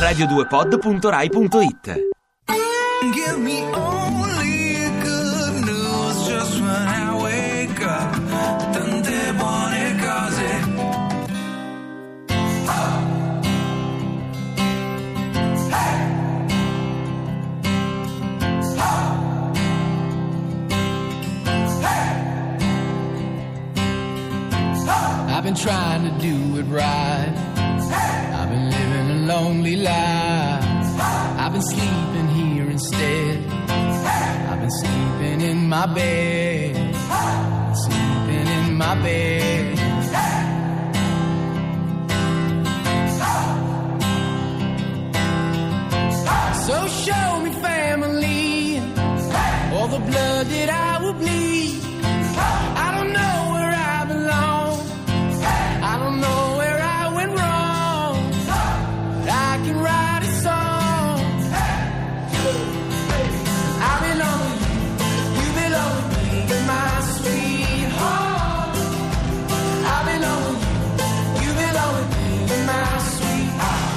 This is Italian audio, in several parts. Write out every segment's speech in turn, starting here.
radio2pod.rai.it. Give me only good news just when I wake up. Tante buone cose. I've been trying to do it right. I've been living a lonely life. I've been sleeping here instead. I've been sleeping in my bed. Sleeping in my bed. So show me family, all the blood that I will bleed. I don't know where I belong. I don't know where I went wrong. But I can write a song. I belong with you. You belong with me. You're my sweetheart. I belong with you. You belong with me. You're my sweetheart.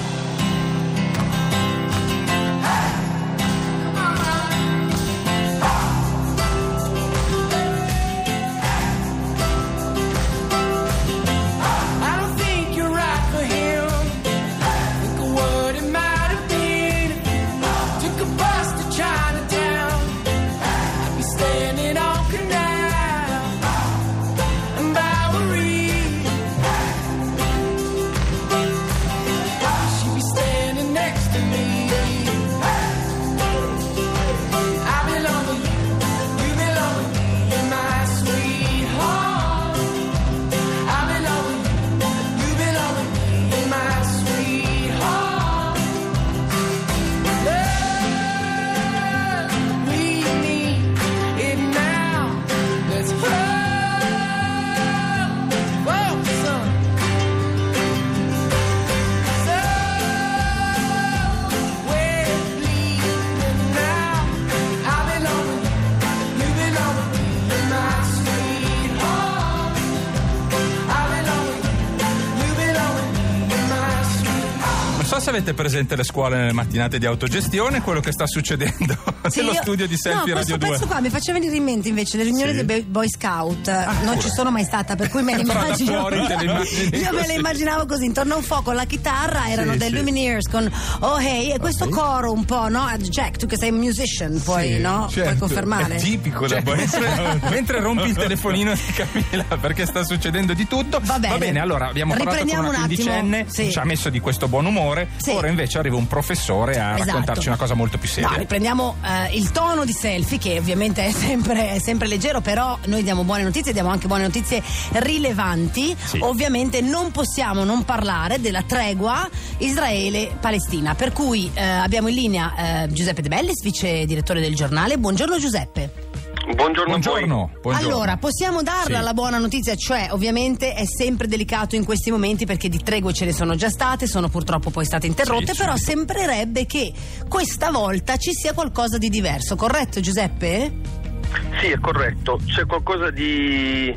Se avete presente le scuole nelle mattinate di autogestione, quello che sta succedendo nello studio di Selfie Radio 2. Questo qua mi faceva venire in mente invece le riunioni dei Boy Scout. Non ci sono mai stata, per cui me le immagino. Fuori te le immagini. Io me le immaginavo così, intorno a un fuoco, la chitarra, erano dei Lumineers con Oh Hey, e questo coro un po', no? Jack, tu che sei un musician, puoi, no? Certo. Puoi confermare? È tipico da Boy Scout. Mentre rompi il telefonino di Camilla, perché sta succedendo di tutto. Va bene, allora abbiamo parlato con una quindicenne, ci ha messo di questo buon umore. Ora invece arriva un professore a raccontarci una cosa molto più seria. No, riprendiamo il tono di Selfie, che ovviamente è sempre leggero, però noi diamo buone notizie, diamo anche buone notizie rilevanti. Ovviamente non possiamo non parlare della tregua Israele-Palestina, per cui abbiamo in linea Giuseppe De Bellis, vice direttore del giornale. Buongiorno Giuseppe. Buongiorno. Allora, possiamo darla la buona notizia, cioè ovviamente è sempre delicato in questi momenti perché di tregue ce ne sono già state, sono purtroppo poi state interrotte, però sembrerebbe che questa volta ci sia qualcosa di diverso, corretto Giuseppe? Sì, è corretto, c'è qualcosa di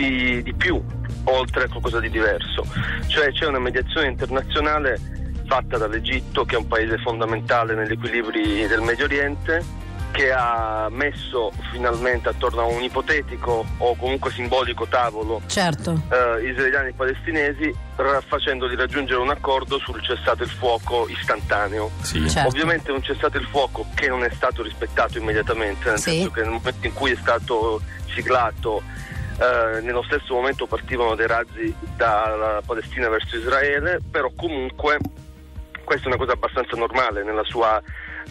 più, oltre a qualcosa di diverso, cioè c'è una mediazione internazionale fatta dall'Egitto, che è un paese fondamentale negli equilibri del Medio Oriente, che ha messo finalmente attorno a un ipotetico o comunque simbolico tavolo israeliani e palestinesi, facendoli raggiungere un accordo sul cessate il fuoco istantaneo. Ovviamente un cessate il fuoco che non è stato rispettato immediatamente, nel senso che nel momento in cui è stato siglato nello stesso momento partivano dei razzi dalla Palestina verso Israele, però comunque questa è una cosa abbastanza normale nella sua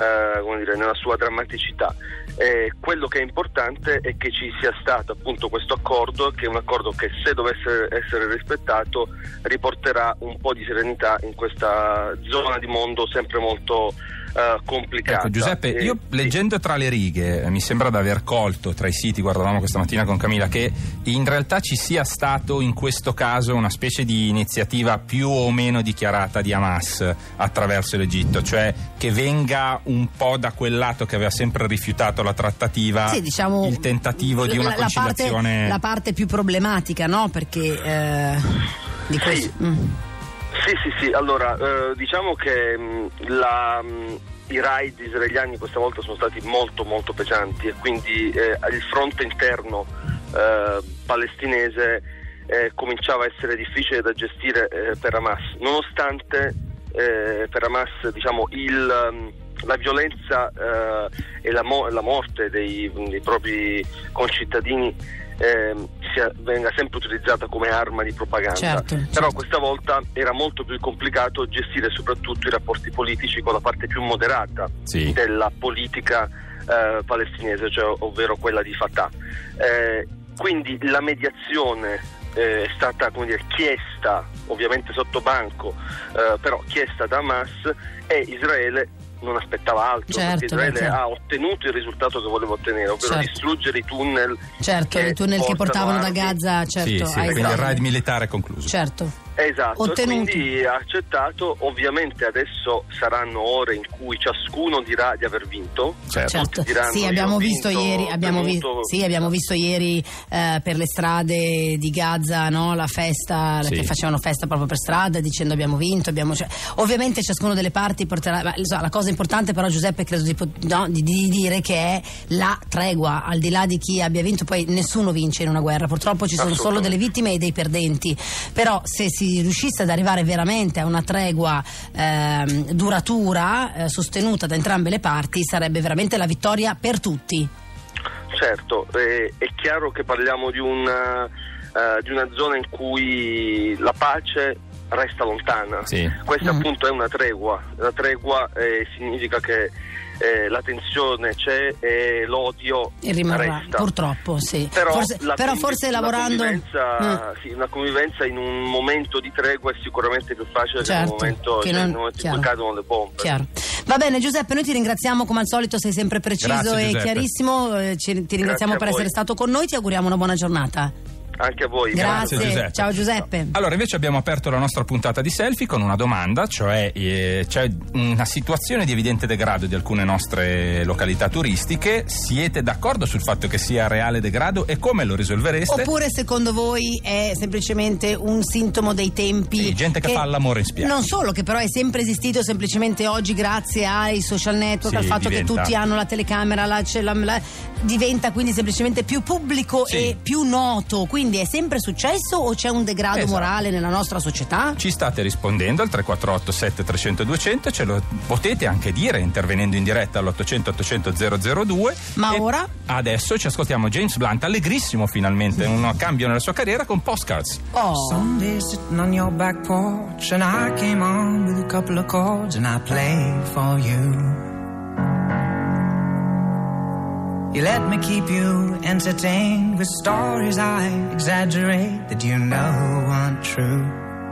nella sua drammaticità. Quello che è importante è che ci sia stato appunto questo accordo, che è un accordo che, se dovesse essere rispettato, riporterà un po' di serenità in questa zona di mondo sempre molto complicata. Ecco, Giuseppe, io leggendo tra le righe mi sembra di aver colto tra i siti, guardavamo questa mattina con Camilla, che in realtà ci sia stato in questo caso una specie di iniziativa più o meno dichiarata di Hamas attraverso l'Egitto, cioè che venga un po' da quel lato che aveva sempre rifiutato la trattativa, diciamo, il tentativo di una conciliazione. La parte più problematica, no? Perché di questo. Sì, allora diciamo che i raid israeliani questa volta sono stati molto molto pesanti e quindi il fronte interno palestinese cominciava a essere difficile da gestire per Hamas, nonostante per Hamas diciamo la violenza e la morte dei propri concittadini venga sempre utilizzata come arma di propaganda. Certo. Però questa volta era molto più complicato gestire soprattutto i rapporti politici con la parte più moderata della politica palestinese, cioè ovvero quella di Fatah. Quindi la mediazione è stata, come dire, chiesta ovviamente sotto banco, però chiesta da Hamas, e Israele non aspettava altro, perché Israele ha ottenuto il risultato che voleva ottenere, ovvero distruggere i tunnel i tunnel che portavano da Gaza quindi il raid militare è concluso. Esatto, e quindi ha accettato. Ovviamente adesso saranno ore in cui ciascuno dirà di aver vinto. Certo. Sì, abbiamo visto ieri per le strade di Gaza, no? La festa, che facevano festa proprio per strada dicendo abbiamo vinto, ovviamente ciascuno delle parti porterà, la cosa importante però, Giuseppe, credo di dire che è la tregua, al di là di chi abbia vinto. Poi nessuno vince in una guerra, purtroppo ci sono solo delle vittime e dei perdenti, però se si riuscisse ad arrivare veramente a una tregua duratura, sostenuta da entrambe le parti, sarebbe veramente la vittoria per tutti. Certo, è chiaro che parliamo di una zona in cui la pace resta lontana. Questa appunto è una tregua. La tregua significa che la tensione c'è e l'odio rimarrà, resta. Purtroppo però forse lavorando una convivenza in un momento di tregua è sicuramente più facile che nel momento in cui cadono le bombe. Chiaro. Va bene, Giuseppe, noi ti ringraziamo come al solito, sei sempre preciso. Grazie, e Giuseppe. Chiarissimo, ti ringraziamo per essere stato con noi, ti auguriamo una buona giornata. Anche a voi. Grazie Giuseppe. Ciao Giuseppe. Allora, invece abbiamo aperto la nostra puntata di Selfie con una domanda, cioè c'è una situazione di evidente degrado di alcune nostre località turistiche. Siete d'accordo sul fatto che sia reale degrado e come lo risolvereste? Oppure secondo voi è semplicemente un sintomo dei tempi? Gente che fa l'amore in spiaggia. Non solo, che però è sempre esistito, semplicemente oggi grazie ai social network, al fatto che tutti hanno la telecamera, diventa quindi semplicemente più pubblico e più noto. Quindi è sempre successo o c'è un degrado morale nella nostra società? Ci state rispondendo al 348 7300 200, ce lo potete anche dire intervenendo in diretta all'800 800 002. Ma ora? Adesso ci ascoltiamo James Blunt, allegrissimo finalmente, un cambio nella sua carriera con Postcards. Someday sitting on your back porch and I came on with a couple of chords and I played for you. You let me keep you entertained with stories I exaggerate that you know aren't true.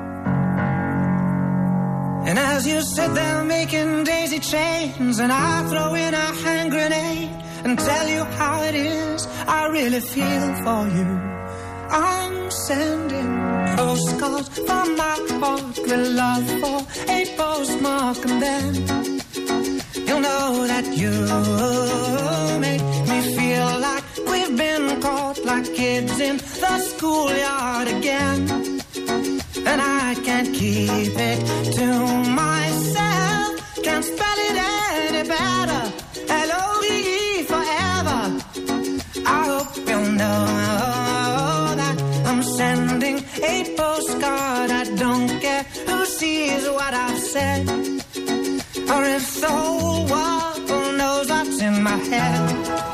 And as you sit there making daisy chains and I throw in a hand grenade and tell you how it is, I really feel for you. I'm sending postcards from my heart with love for a postmark, and then you'll know that you make me feel like we've been caught like kids in the schoolyard again. And I can't keep it to myself, can't spell it any better, L-O-V-E forever. I hope you'll know that I'm sending a postcard. I don't care who sees what I've said, or if the whole world knows what's in my head.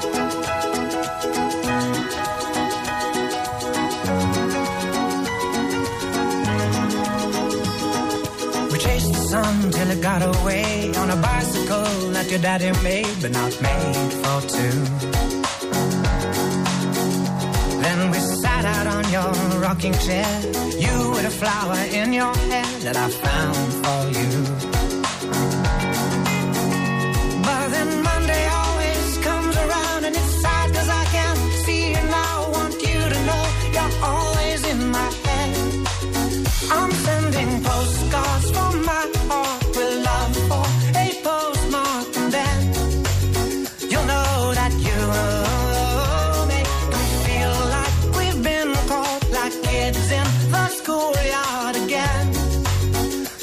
We chased the sun till it got away on a bicycle that your daddy made, but not made for two. Then we sat out on your rocking chair, you with a flower in your hair that I found for you. But then Monday always comes around and it's sad cause I can't see you now. I want you to know you're always in my head. I'm sending postcards from my heart with love for a postmark, and then you'll know that you make me feel like we've been caught like kids in the schoolyard again.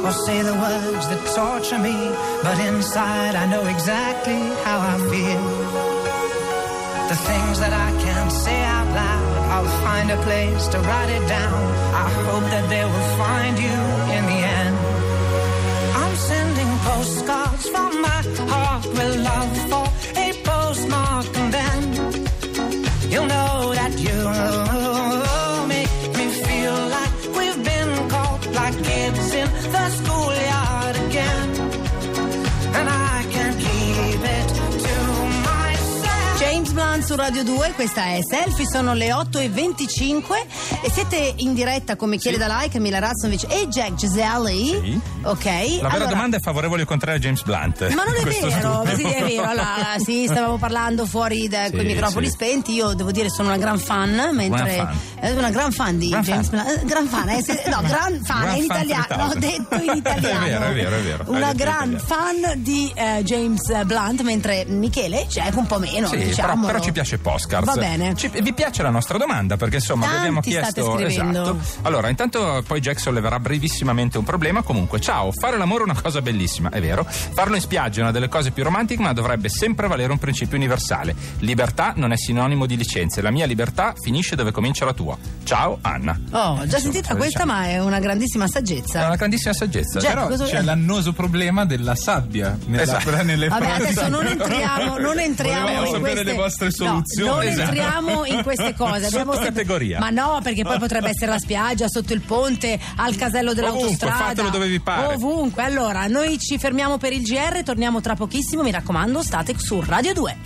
or say the words that torture me, but inside I know exactly how I feel. The things that I can't say out loud, I'll find a place to write it down. I hope that they will find you in the end. I'm sending postcards from my heart with love for a postmark, and then you'll know that you make me feel like we've been caught like kids in the schoolyard again, and I can't keep it to myself. James Blunt su Radio 2, questa è Selfie, sono le 8:25 e siete in diretta come chiede da like Camilla Razzovic e Jack Giselli. Sì. Ok. La vera domanda è favorevole o contraria a James Blunt. Ma non è Questo vero, studio. sì, è vero. Allora, sì, stavamo parlando fuori da quei microfoni spenti. Io devo dire sono una gran fan, mentre una gran fan di James Blunt. Gran fan, gran fan in italiano. L'ho detto in italiano. È vero. Una gran fan di James Blunt, mentre Michele Jack un po' meno, Sì, diciamo. però ci piace Postcards. Va bene. Vi piace la nostra domanda? Perché insomma vi abbiamo chiesto. State scrivendo. Esatto. Allora, intanto poi Jack solleverà brevissimamente un problema. Comunque, ciao, fare l'amore è una cosa bellissima, è vero. Farlo in spiaggia è una delle cose più romantiche, ma dovrebbe sempre valere un principio universale. Libertà non è sinonimo di licenze. La mia libertà finisce dove comincia la tua. Ciao, Anna. Oh, già sentita questa, ma è una grandissima saggezza. È una grandissima saggezza. Jack, Però c'è l'annoso problema della sabbia nelle Vabbè, frasi. adesso non entriamo Volevo in sapere queste le vostre soluzioni. non Esatto. entriamo in queste cose. Sottocategoria. Ma no, perché poi potrebbe essere la spiaggia, sotto il ponte, al casello dell'autostrada. Ovunque, fatelo dove vi pare. Ovunque. Allora, noi ci fermiamo per il GR, torniamo tra pochissimo, mi raccomando, state su Radio 2.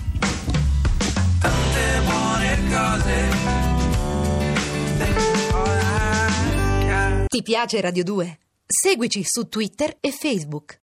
Tante buone cose. Ti piace Radio 2? Seguici su Twitter e Facebook.